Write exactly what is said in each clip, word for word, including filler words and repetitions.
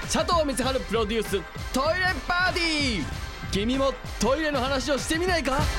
佐藤光晴プロデューストイレパーティー。君もトイレの話をしてみないか？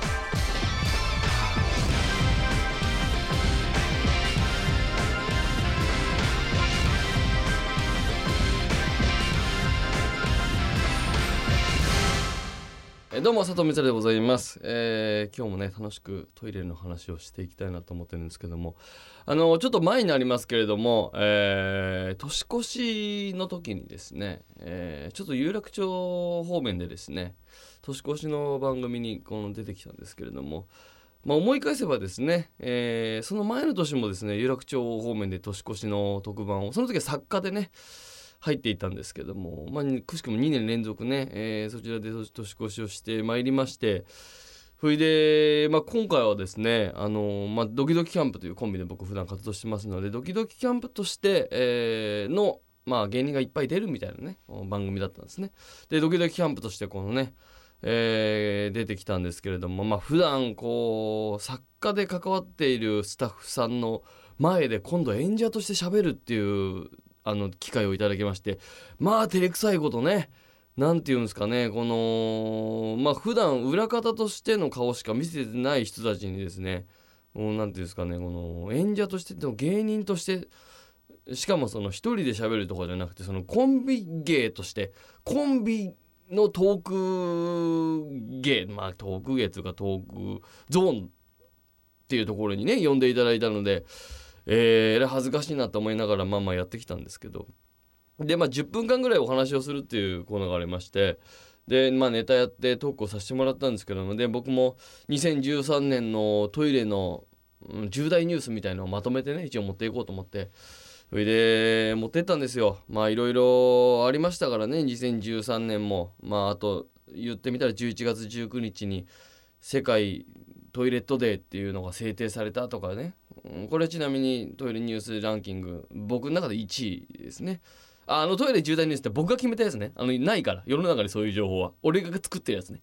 どうも佐藤光晴でございます、えー、今日もね楽しくトイレの話をしていきたいなと思ってるんですけども、あのちょっと前になりますけれども、えー、年越しの時にですね、えー、ちょっと有楽町方面でですね年越しの番組にこの出てきたんですけれども、まあ、思い返せばですね、えー、その前の年もですね有楽町方面で年越しの特番をその時は作家でね入っていたんですけども、まあ、くしくもにねん連続ね、えー、そちらで年越しをしてまいりまして、それで、まあ、今回はですね、あのまあ、ドキドキキャンプというコンビで僕普段活動してますので、ドキドキキャンプとして、えー、の、まあ、芸人がいっぱい出るみたいなね番組だったんですね。でドキドキキャンプとしてこのね、えー、出てきたんですけれども、まあ、普段こう作家で関わっているスタッフさんの前で今度演者として喋るっていうあの機会をいただきまして、まあ照れくさいことね、なんていうんですかね、このまあ普段裏方としての顔しか見せてない人たちにですね、もうなんていうんですかね、この演者としての芸人として、しかもその一人で喋るとかじゃなくて、そのコンビ芸としてコンビのトーク芸、まあトーク芸というかトークゾーンっていうところにね呼んでいただいたので、えー、恥ずかしいなと思いながらまあまあやってきたんですけど、でまあじゅっぷんかんぐらいお話をするっていうコーナーがありまして、でまあネタやってトークをさせてもらったんですけども、で僕もにせんじゅうさんねんのトイレの重大ニュースみたいなのをまとめてね一応持っていこうと思って、それで持ってったんですよ。まあいろいろありましたからね、にせんじゅうさんねんも、まああと言ってみたらじゅういちがつじゅうくにちに世界トイレットデーっていうのが制定されたとかね、これちなみにトイレニュースランキング僕の中でいちいですね。あのトイレ重大ニュースって僕が決めたやつね、あのないから世の中にそういう情報は俺が作ってるやつね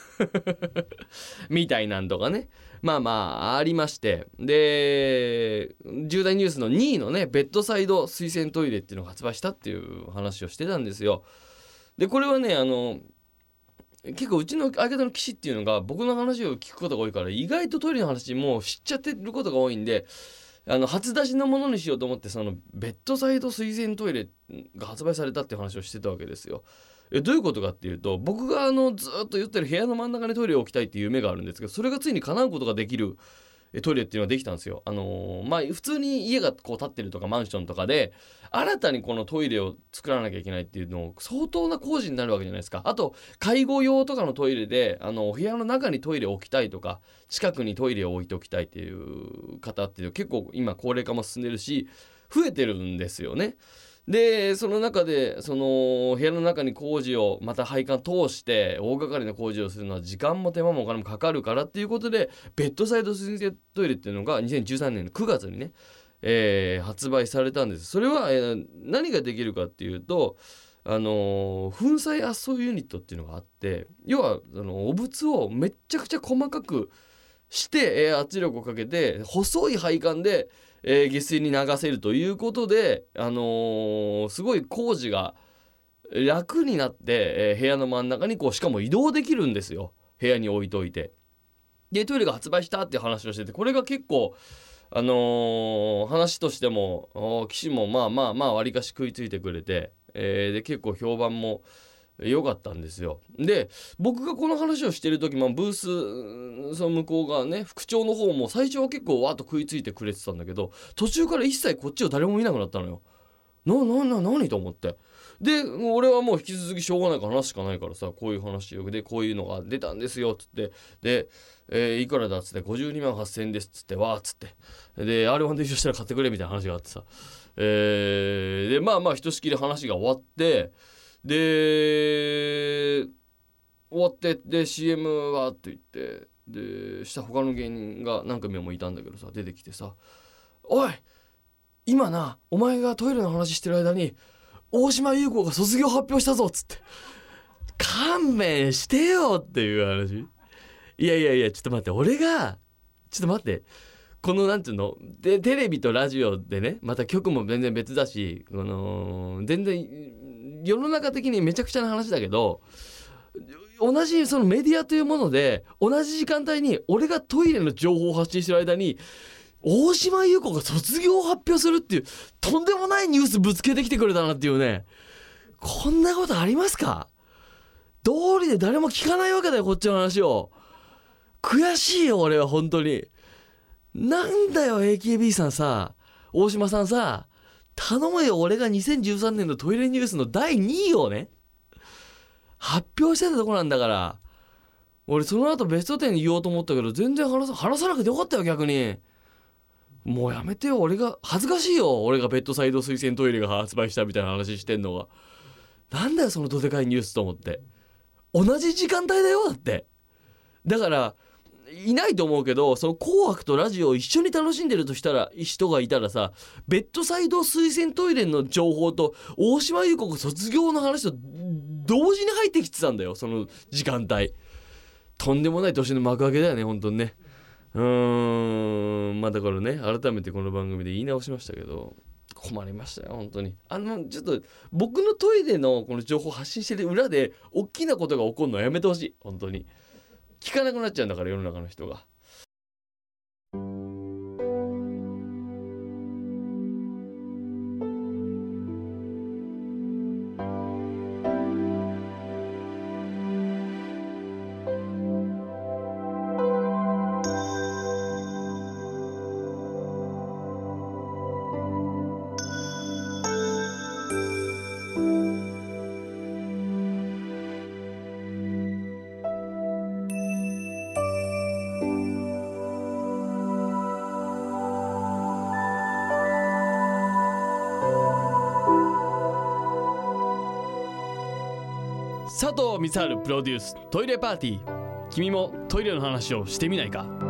みたいなんとかね、まあまあありまして、で重大ニュースのにいのねベッドサイド水洗トイレっていうのが発売したっていう話をしてたんですよ。でこれはねあの結構うちの相方の岸っていうのが僕の話を聞くことが多いから、意外とトイレの話も知っちゃってることが多いんで、あの初出しのものにしようと思って、そのベッドサイド水洗トイレが発売されたっていう話をしてたわけですよ。えどういうことかっていうと、僕があのずっと言ってる部屋の真ん中にトイレを置きたいっていう夢があるんですけど、それがついに叶うことができるトイレっていうのができたんですよ。あのー、まあ普通に家がこう建ってるとかマンションとかで新たにこのトイレを作らなきゃいけないっていうの相当な工事になるわけじゃないですか。あと介護用とかのトイレであのお部屋の中にトイレを置きたいとか近くにトイレを置いておきたいっていう方っていう結構今高齢化も進んでるし増えてるんですよね。でその中でその部屋の中に工事をまた配管通して大掛かりな工事をするのは時間も手間もお金もかかるからっていうことで、ベッドサイド水洗トイレっていうのがにせんじゅうさんねんのくがつにね、えー、発売されたんです。それは、えー、何ができるかっていうと、あのー、粉砕圧縮ユニットっていうのがあって、要はあのお物をめっちゃくちゃ細かくして、えー、圧力をかけて細い配管でえー、下水に流せるということで、あのー、すごい工事が楽になって、えー、部屋の真ん中にこうしかも移動できるんですよ。部屋に置いといて、でトイレが発売したっていう話をしてて、これが結構あのー、話としても岸もまあまあまあわりかし食いついてくれて、えー、で結構評判も良かったんですよ。で僕がこの話をしてる時、まあ、ブースその向こうがね副長の方も最初は結構わーっと食いついてくれてたんだけど、途中から一切こっちを誰も見なくなったのよ。ななな何と思って、で俺はもう引き続きしょうがないから話しかないからさ、こういう話でこういうのが出たんですよっつって、で、えー、いくらだっつってごじゅうにまんはっせんえんですっつってわーっつって、で アールワン で優勝したら買ってくれみたいな話があってさ、えー、でまあまあひとしきり話が終わって、で終わってで シーエム はって言って、で下他の芸人が何組もいたんだけどさ出てきてさ、おい今なお前がトイレの話してる間に大島優子が卒業発表したぞっつって、勘弁してよっていう話。いやいやいやちょっと待って、俺がちょっと待って、このなんていうのでテレビとラジオでねまた局も全然別だし、この全然世の中的にめちゃくちゃな話だけど、同じそのメディアというもので同じ時間帯に俺がトイレの情報を発信してる間に大島優子が卒業を発表するっていうとんでもないニュースぶつけてきてくれたなっていうね。こんなことありますか？道理で誰も聞かないわけだよこっちの話を。悔しいよ俺は本当に。なんだよ エーケービー さんさ、大島さんさ、頼むよ。俺がにせんじゅうさんねんのトイレニュースのだいにいをね発表してたとこなんだから。俺その後ベストじゅう言おうと思ったけど全然話さ話さなくてよかったよ逆に。もうやめてよ。俺が恥ずかしいよ。俺がベッドサイド推薦トイレが発売したみたいな話してんのが。なんだよそのどでかいニュースと思って。同じ時間帯だよだって。だからいないと思うけど、その紅白とラジオを一緒に楽しんでるとしたら人がいたらさ、ベッドサイド推薦トイレの情報と大島優子が卒業の話と同時に入ってきてたんだよその時間帯。とんでもない年の幕開けだよね本当にね。うーんまあだからね、改めてこの番組で言い直しましたけど困りましたよ本当に。あのちょっと僕のトイレのこの情報発信してる裏で大きなことが起こるのはやめてほしい本当に。聞かなくなっちゃうんだから世の中の人が。佐藤光晴プロデューストイレパーティー。君もトイレの話をしてみないか。